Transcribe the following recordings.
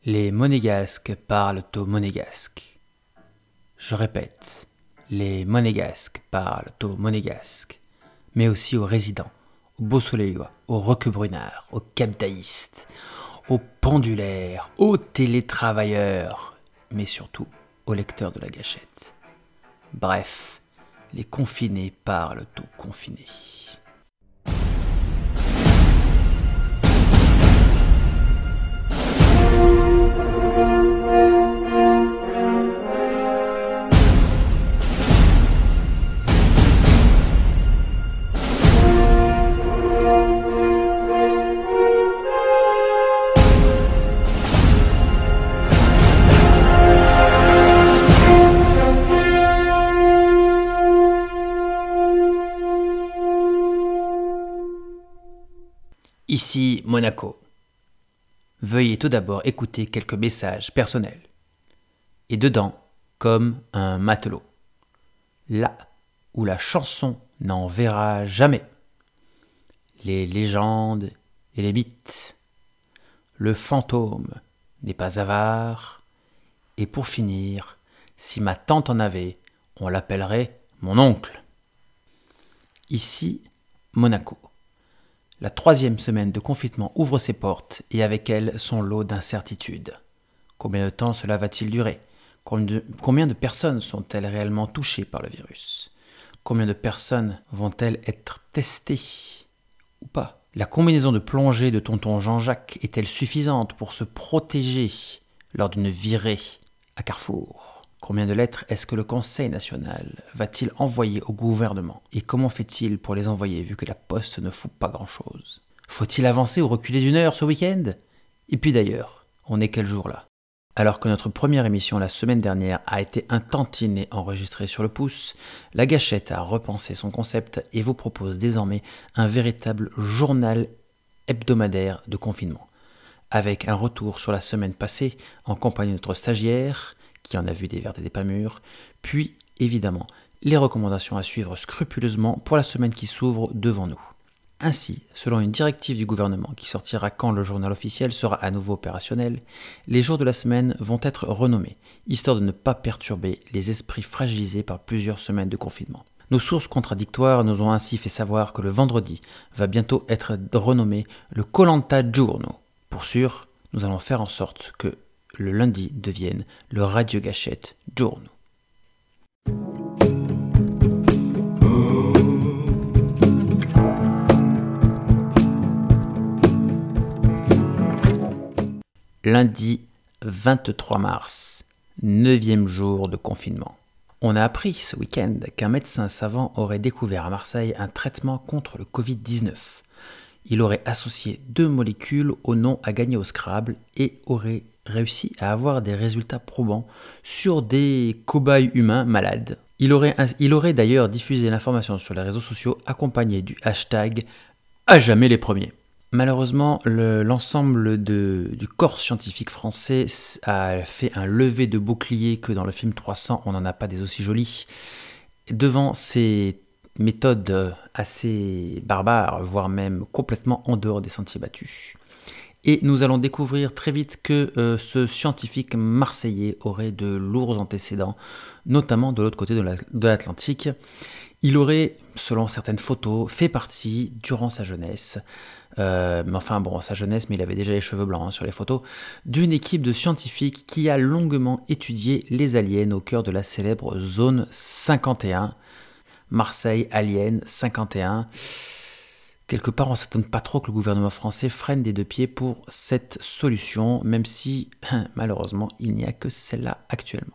Les monégasques parlent au monégasque. Je répète, les monégasques parlent au monégasque, mais aussi aux résidents, aux Beausoleillois, aux Roquebrunards, aux Capdaïstes, aux Pendulaires, aux télétravailleurs, mais surtout aux lecteurs de la gâchette. Bref, les confinés parlent aux confinés. Ici Monaco. Veuillez tout d'abord écouter quelques messages personnels. Et dedans, comme un matelot. Là où la chanson n'en verra jamais. Les légendes et les mythes. Le fantôme n'est pas avare. Et pour finir, si ma tante en avait, on l'appellerait mon oncle. Ici, Monaco. La 3e semaine de confinement ouvre ses portes et avec elle son lot d'incertitudes. Combien de temps cela va-t-il durer ? Combien de personnes sont-elles réellement touchées par le virus ? Combien de personnes vont-elles être testées ou pas ? La combinaison de plongée de tonton Jean-Jacques est-elle suffisante pour se protéger lors d'une virée à Carrefour ? Combien de lettres est-ce que le Conseil national va-t-il envoyer au gouvernement ? Et comment fait-il pour les envoyer vu que la poste ne fout pas grand-chose ? Faut-il avancer ou reculer d'1 heure ce week-end ? Et puis d'ailleurs, on est quel jour là ? Alors que notre première émission la semaine dernière a été un tantinet enregistré sur le pouce, la gâchette a repensé son concept et vous propose désormais un véritable journal hebdomadaire de confinement. Avec un retour sur la semaine passée en compagnie de notre stagiaire, qui en a vu des vertes et des pas mûres, puis évidemment les recommandations à suivre scrupuleusement pour la semaine qui s'ouvre devant nous. Ainsi, selon une directive du gouvernement qui sortira quand le journal officiel sera à nouveau opérationnel, les jours de la semaine vont être renommés, histoire de ne pas perturber les esprits fragilisés par plusieurs semaines de confinement. Nos sources contradictoires nous ont ainsi fait savoir que le vendredi va bientôt être renommé le Koh-Lanta Giorno. Pour sûr, nous allons faire en sorte que le lundi devienne le Radio Gâchette Giorno. Lundi 23 mars, 9e jour de confinement. On a appris ce week-end qu'un médecin savant aurait découvert à Marseille un traitement contre le Covid-19. Il aurait associé 2 molécules au nom à gagner au Scrabble et aurait réussi à avoir des résultats probants sur des cobayes humains malades. Il aurait d'ailleurs diffusé l'information sur les réseaux sociaux accompagné du hashtag « à jamais les premiers ». Malheureusement, l'ensemble du corps scientifique français a fait un lever de bouclier que dans le film 300, on n'en a pas des aussi jolis. Devant ces méthodes assez barbares, voire même complètement en dehors des sentiers battus. Et nous allons découvrir très vite que ce scientifique marseillais aurait de lourds antécédents, notamment de l'autre côté de l'Atlantique. Il aurait, selon certaines photos, fait partie, durant sa jeunesse, mais il avait déjà les cheveux blancs sur les photos, d'une équipe de scientifiques qui a longuement étudié les aliens au cœur de la célèbre zone 51, Marseille Alien 51. Quelque part, on ne s'étonne pas trop que le gouvernement français freine des 2 pieds pour cette solution, même si, malheureusement, il n'y a que celle-là actuellement.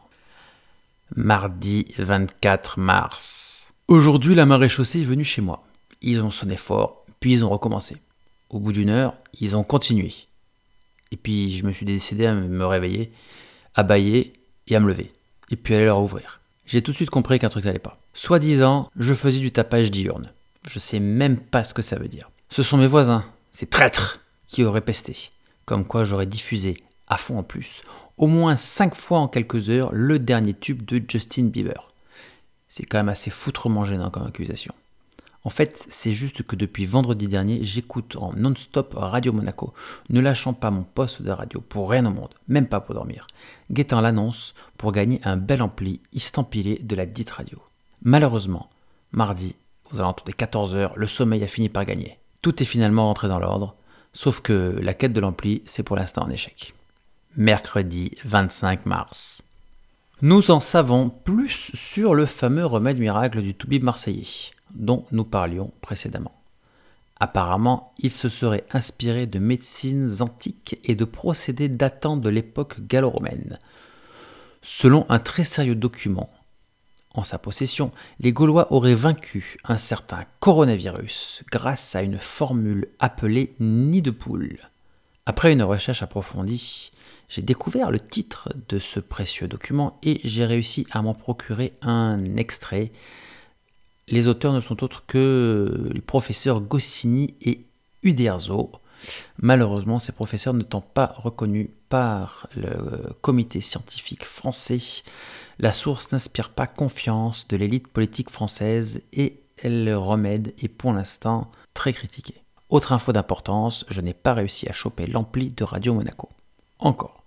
Mardi 24 mars. Aujourd'hui, la maréchaussée est venue chez moi. Ils ont sonné fort, puis ils ont recommencé. Au bout d'1 heure, ils ont continué. Et puis, je me suis décidé à me réveiller, à bâiller et à me lever. Et puis aller leur ouvrir. J'ai tout de suite compris qu'un truc n'allait pas. Soi-disant, je faisais du tapage diurne. Je sais même pas ce que ça veut dire. Ce sont mes voisins, ces traîtres, qui auraient pesté. Comme quoi j'aurais diffusé, à fond en plus, au moins 5 fois en quelques heures, le dernier tube de Justin Bieber. C'est quand même assez foutrement gênant comme accusation. En fait, c'est juste que depuis vendredi dernier, j'écoute en non-stop Radio Monaco, ne lâchant pas mon poste de radio pour rien au monde, même pas pour dormir, guettant l'annonce pour gagner un bel ampli estampillé de la dite radio. Malheureusement, mardi, aux alentours des 14h, le sommeil a fini par gagner. Tout est finalement rentré dans l'ordre, sauf que la quête de l'ampli, c'est pour l'instant en échec. Mercredi 25 mars. Nous en savons plus sur le fameux remède miracle du toubib marseillais, dont nous parlions précédemment. Apparemment, il se serait inspiré de médecines antiques et de procédés datant de l'époque gallo-romaine. Selon un très sérieux document, en sa possession, les Gaulois auraient vaincu un certain coronavirus grâce à une formule appelée nid de poule. Après une recherche approfondie, j'ai découvert le titre de ce précieux document et j'ai réussi à m'en procurer un extrait. Les auteurs ne sont autres que les professeurs Goscinny et Uderzo. Malheureusement, ces professeurs n'étant pas reconnus par le comité scientifique français, la source n'inspire pas confiance de l'élite politique française et le remède est pour l'instant très critiqué. Autre info d'importance, je n'ai pas réussi à choper l'ampli de Radio Monaco. Encore.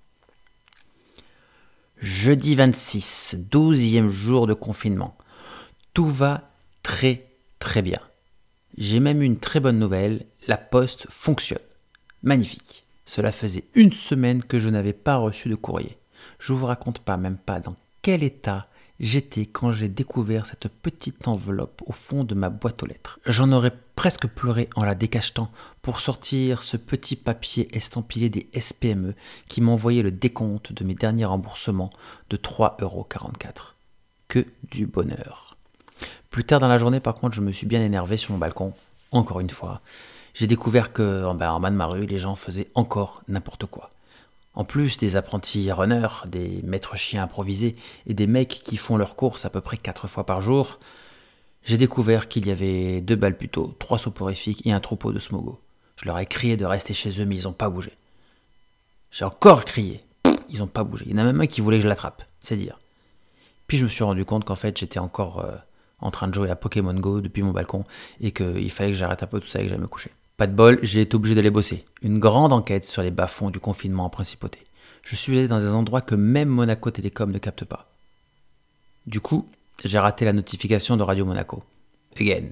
Jeudi 26, 12e jour de confinement. Tout va très très bien. J'ai même une très bonne nouvelle, la poste fonctionne. Magnifique. Cela faisait une semaine que je n'avais pas reçu de courrier. Je vous raconte même pas dans quel état j'étais quand j'ai découvert cette petite enveloppe au fond de ma boîte aux lettres. J'en aurais presque pleuré en la décachetant pour sortir ce petit papier estampillé des SPME qui m'envoyait le décompte de mes derniers remboursements de 3,44 €. Que du bonheur. Plus tard dans la journée, par contre, je me suis bien énervé sur mon balcon, encore une fois. J'ai découvert qu'en bas de ma rue, les gens faisaient encore n'importe quoi. En plus des apprentis runners, des maîtres chiens improvisés et des mecs qui font leurs courses à peu près 4 fois par jour, j'ai découvert qu'il y avait 2 balles-putos, 3 soporifiques et un troupeau de smogos. Je leur ai crié de rester chez eux, mais ils n'ont pas bougé. J'ai encore crié. Ils n'ont pas bougé. Il y en a même un qui voulait que je l'attrape, c'est dire. Puis je me suis rendu compte qu'en fait, j'étais encore en train de jouer à Pokémon Go depuis mon balcon et qu'il fallait que j'arrête un peu tout ça et que j'aille me coucher. Pas de bol, j'ai été obligé d'aller bosser. Une grande enquête sur les bas-fonds du confinement en principauté. Je suis allé dans des endroits que même Monaco Télécom ne capte pas. Du coup, j'ai raté la notification de Radio Monaco. Again.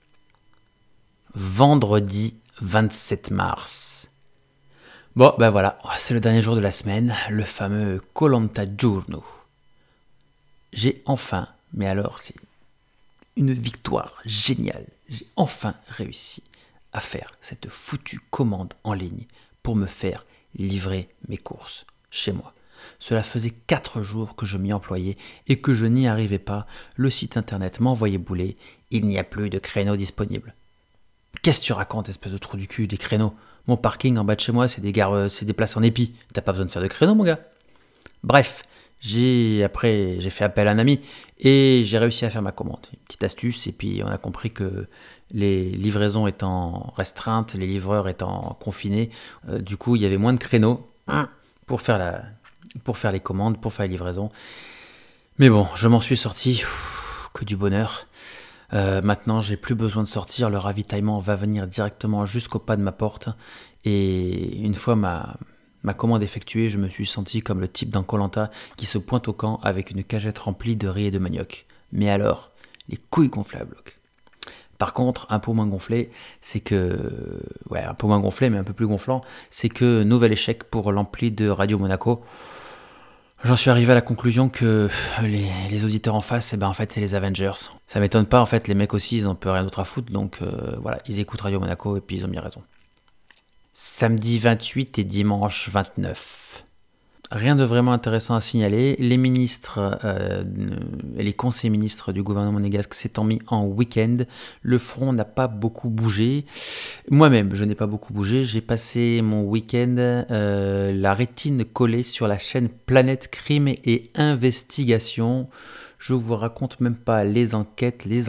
Vendredi 27 mars. Bon, ben voilà, c'est le dernier jour de la semaine, le fameux Koh-Lanta Giorno. J'ai enfin, mais alors c'est une victoire géniale, j'ai enfin réussi à faire cette foutue commande en ligne pour me faire livrer mes courses chez moi. Cela faisait 4 jours que je m'y employais et que je n'y arrivais pas. Le site internet m'envoyait bouler. Il n'y a plus de créneaux disponibles. Qu'est-ce que tu racontes, espèce de trou du cul, des créneaux? Mon parking en bas de chez moi, c'est des places en épi. T'as pas besoin de faire de créneaux, mon gars. Bref, j'ai fait appel à un ami et j'ai réussi à faire ma commande. Une petite astuce, et puis on a compris que les livraisons étant restreintes, les livreurs étant confinés, du coup il y avait moins de créneaux pour faire les commandes, pour faire les livraisons. Mais bon, je m'en suis sorti, que du bonheur. Maintenant, j'ai plus besoin de sortir, le ravitaillement va venir directement jusqu'au pas de ma porte. Et une fois ma commande effectuée, je me suis senti comme le type d'un Koh-Lanta qui se pointe au camp avec une cagette remplie de riz et de manioc. Mais alors, les couilles gonflées à bloc. Par contre, un peu moins gonflé, un peu moins gonflé, mais un peu plus gonflant, c'est que nouvel échec pour l'ampli de Radio Monaco. J'en suis arrivé à la conclusion que les auditeurs en face, en fait, c'est les Avengers. Ça m'étonne pas, en fait, les mecs aussi, ils n'ont peu rien d'autre à foutre, donc voilà, ils écoutent Radio Monaco et puis ils ont bien raison. Samedi 28 et dimanche 29. Rien de vraiment intéressant à signaler. Les ministres et les conseillers ministres du gouvernement monégasque s'étant mis en week-end, le front n'a pas beaucoup bougé. Moi-même, je n'ai pas beaucoup bougé. J'ai passé mon week-end la rétine collée sur la chaîne Planète Crime et Investigation. Je vous raconte même pas les enquêtes, les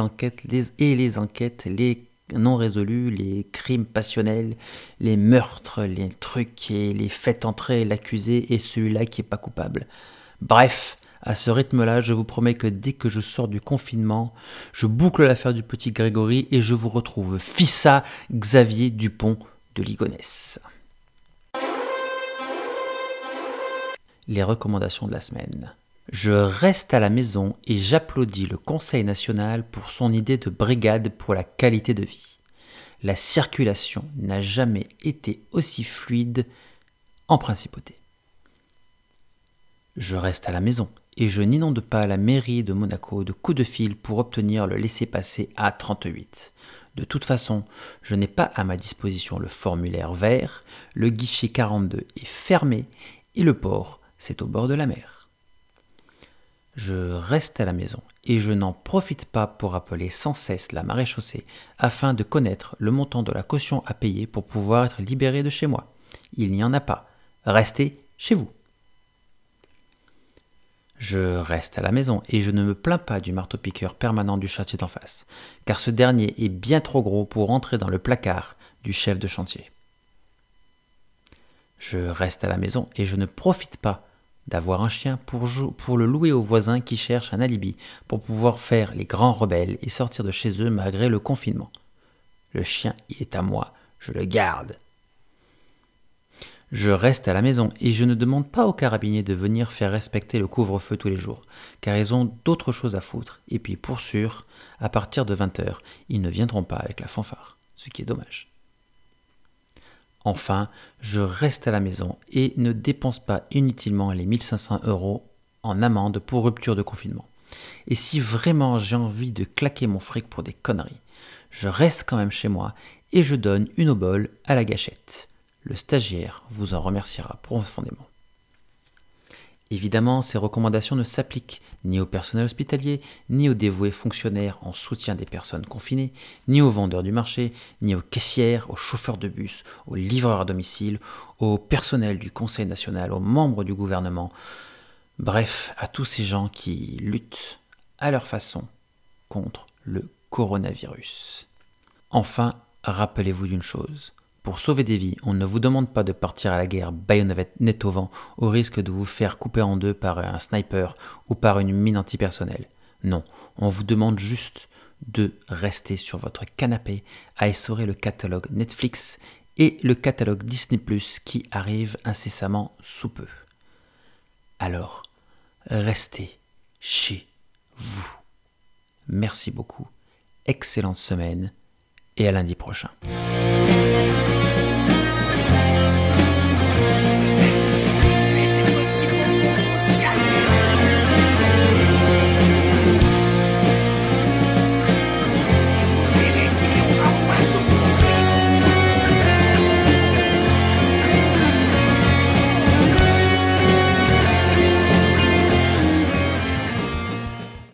non résolus, les crimes passionnels, les meurtres, les trucs et les faits entrer l'accusé et celui-là qui est pas coupable. Bref, À ce rythme-là, je vous promets que dès que je sors du confinement, je boucle l'affaire du petit Grégory et je vous retrouve Fissa Xavier Dupont de Ligonnès. Les recommandations de la semaine. Je reste à la maison et j'applaudis le Conseil national pour son idée de brigade pour la qualité de vie. La circulation n'a jamais été aussi fluide en principauté. Je reste à la maison et je n'inonde pas la mairie de Monaco de coups de fil pour obtenir le laissez-passer A38. De toute façon, je n'ai pas à ma disposition le formulaire vert, le guichet 42 est fermé et le port, c'est au bord de la mer. Je reste à la maison et je n'en profite pas pour appeler sans cesse la maréchaussée afin de connaître le montant de la caution à payer pour pouvoir être libéré de chez moi. Il n'y en a pas. Restez chez vous. Je reste à la maison et je ne me plains pas du marteau-piqueur permanent du chantier d'en face, car ce dernier est bien trop gros pour entrer dans le placard du chef de chantier. Je reste à la maison et je ne profite pas d'avoir un chien pour le louer aux voisins qui cherchent un alibi pour pouvoir faire les grands rebelles et sortir de chez eux malgré le confinement. Le chien, il est à moi, je le garde. Je reste à la maison et je ne demande pas aux carabiniers de venir faire respecter le couvre-feu tous les jours, car ils ont d'autres choses à foutre. Et puis pour sûr, à partir de 20h, ils ne viendront pas avec la fanfare, ce qui est dommage. Enfin, je reste à la maison et ne dépense pas inutilement les 1500 € en amende pour rupture de confinement. Et si vraiment j'ai envie de claquer mon fric pour des conneries, je reste quand même chez moi et je donne une obole à la gâchette. Le stagiaire vous en remerciera profondément. Évidemment, ces recommandations ne s'appliquent ni au personnel hospitalier, ni aux dévoués fonctionnaires en soutien des personnes confinées, ni aux vendeurs du marché, ni aux caissières, aux chauffeurs de bus, aux livreurs à domicile, au personnel du Conseil national, aux membres du gouvernement, bref, à tous ces gens qui luttent à leur façon contre le coronavirus. Enfin, rappelez-vous d'une chose. Pour sauver des vies, on ne vous demande pas de partir à la guerre baïonnette au vent au risque de vous faire couper en deux par un sniper ou par une mine antipersonnelle. Non, on vous demande juste de rester sur votre canapé à essorer le catalogue Netflix et le catalogue Disney+, qui arrive incessamment sous peu. Alors, restez chez vous. Merci beaucoup, excellente semaine et à lundi prochain.